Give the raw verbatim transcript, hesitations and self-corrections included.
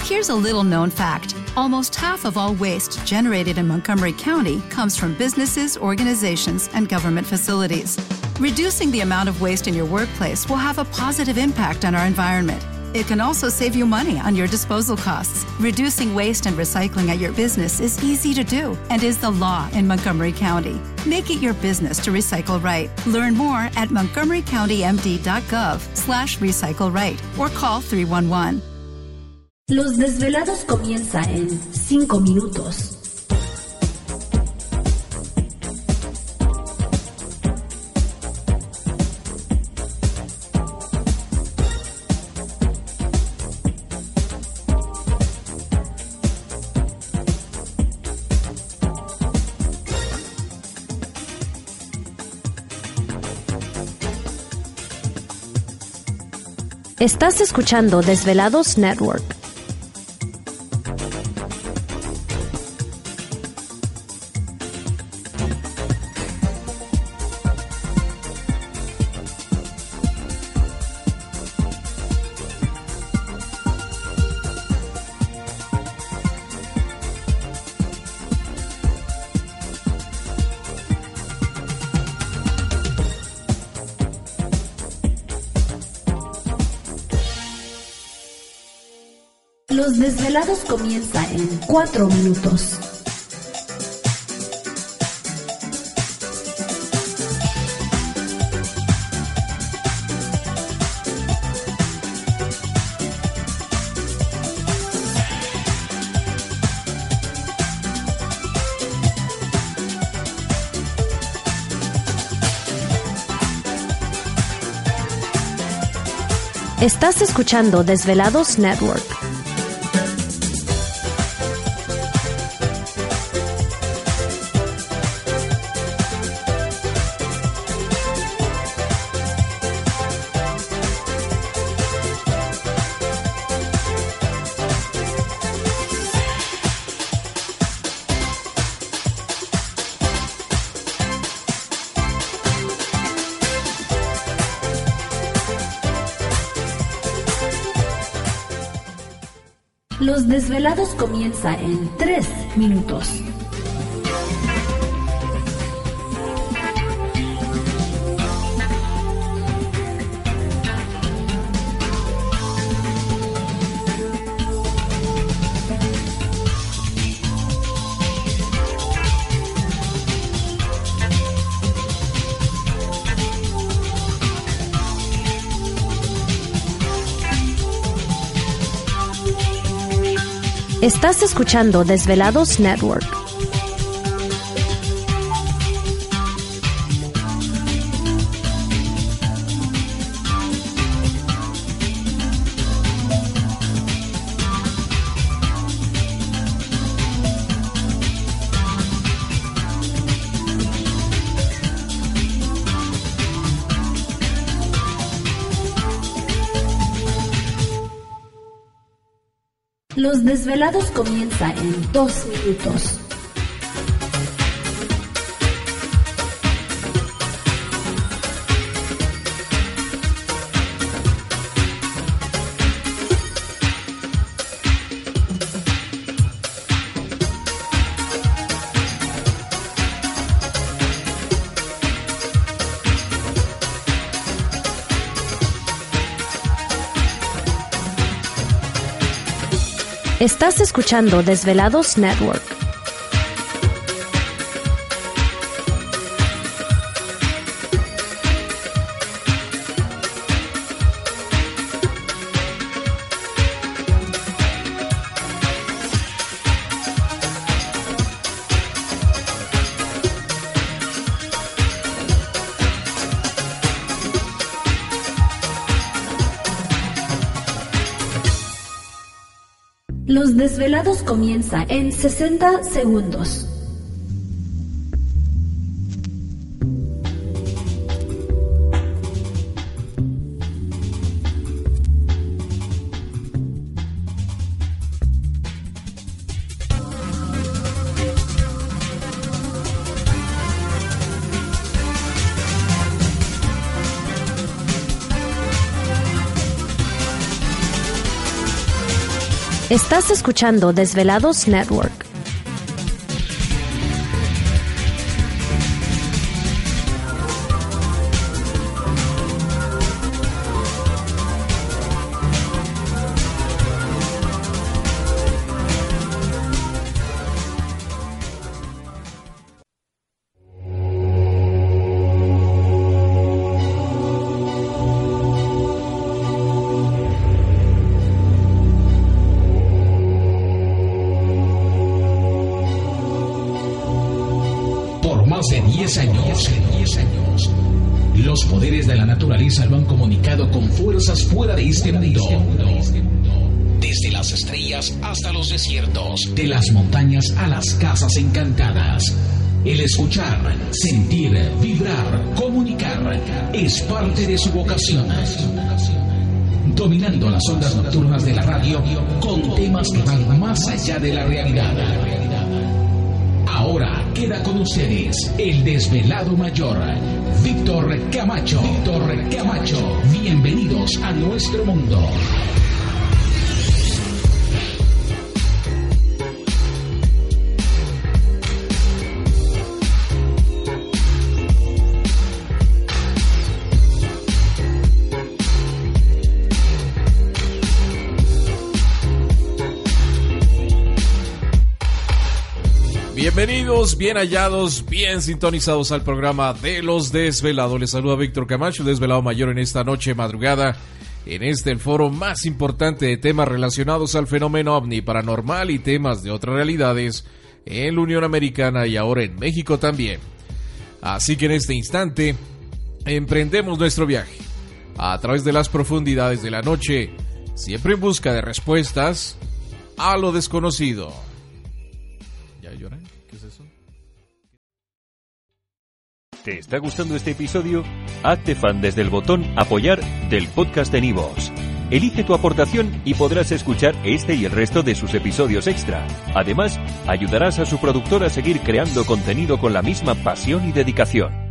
Here's a little known fact. Almost half of all waste generated in Montgomery County comes from businesses, organizations, and government facilities. Reducing the amount of waste in your workplace will have a positive impact on our environment. It can also save you money on your disposal costs. Reducing waste and recycling at your business is easy to do and is the law in Montgomery County. Make it your business to recycle right. Learn more at montgomery county m d dot gov slash recycle right or call three one one. Los Desvelados comienza en cinco minutos. Estás escuchando Desvelados Network. Los Desvelados comienza en cuatro minutos. Estás escuchando Desvelados Network. Los Desvelados comienza en tres minutos. Estás escuchando Desvelados Network. Los Desvelados comienza en dos minutos. Estás escuchando Desvelados Network. Los Desvelados comienza en sesenta segundos. Estás escuchando Desvelados Network. Hace diez años, diez años, los poderes de la naturaleza lo han comunicado con fuerzas fuera de este mundo. Desde las estrellas hasta los desiertos, de las montañas a las casas encantadas. El escuchar, sentir, vibrar, comunicar es parte de su vocación. Dominando las ondas nocturnas de la radio con temas que van más allá de la realidad. Ahora queda con ustedes el desvelado mayor, Víctor Camacho. Víctor Camacho, bienvenidos a nuestro mundo. Bienvenidos, bien hallados, bien sintonizados al programa de Los Desvelados. Les saluda Víctor Camacho, desvelado mayor en esta noche madrugada, en este el foro más importante de temas relacionados al fenómeno ovni, paranormal y temas de otras realidades en la Unión Americana y ahora en México también. Así que en este instante emprendemos nuestro viaje a través de las profundidades de la noche, siempre en busca de respuestas a lo desconocido. ¿Ya lloran? ¿Qué es eso? ¿Te está gustando este episodio? Hazte fan desde el botón Apoyar del podcast de iVoox. Elige tu aportación y podrás escuchar este y el resto de sus episodios extra. Además, ayudarás a su productor a seguir creando contenido con la misma pasión y dedicación.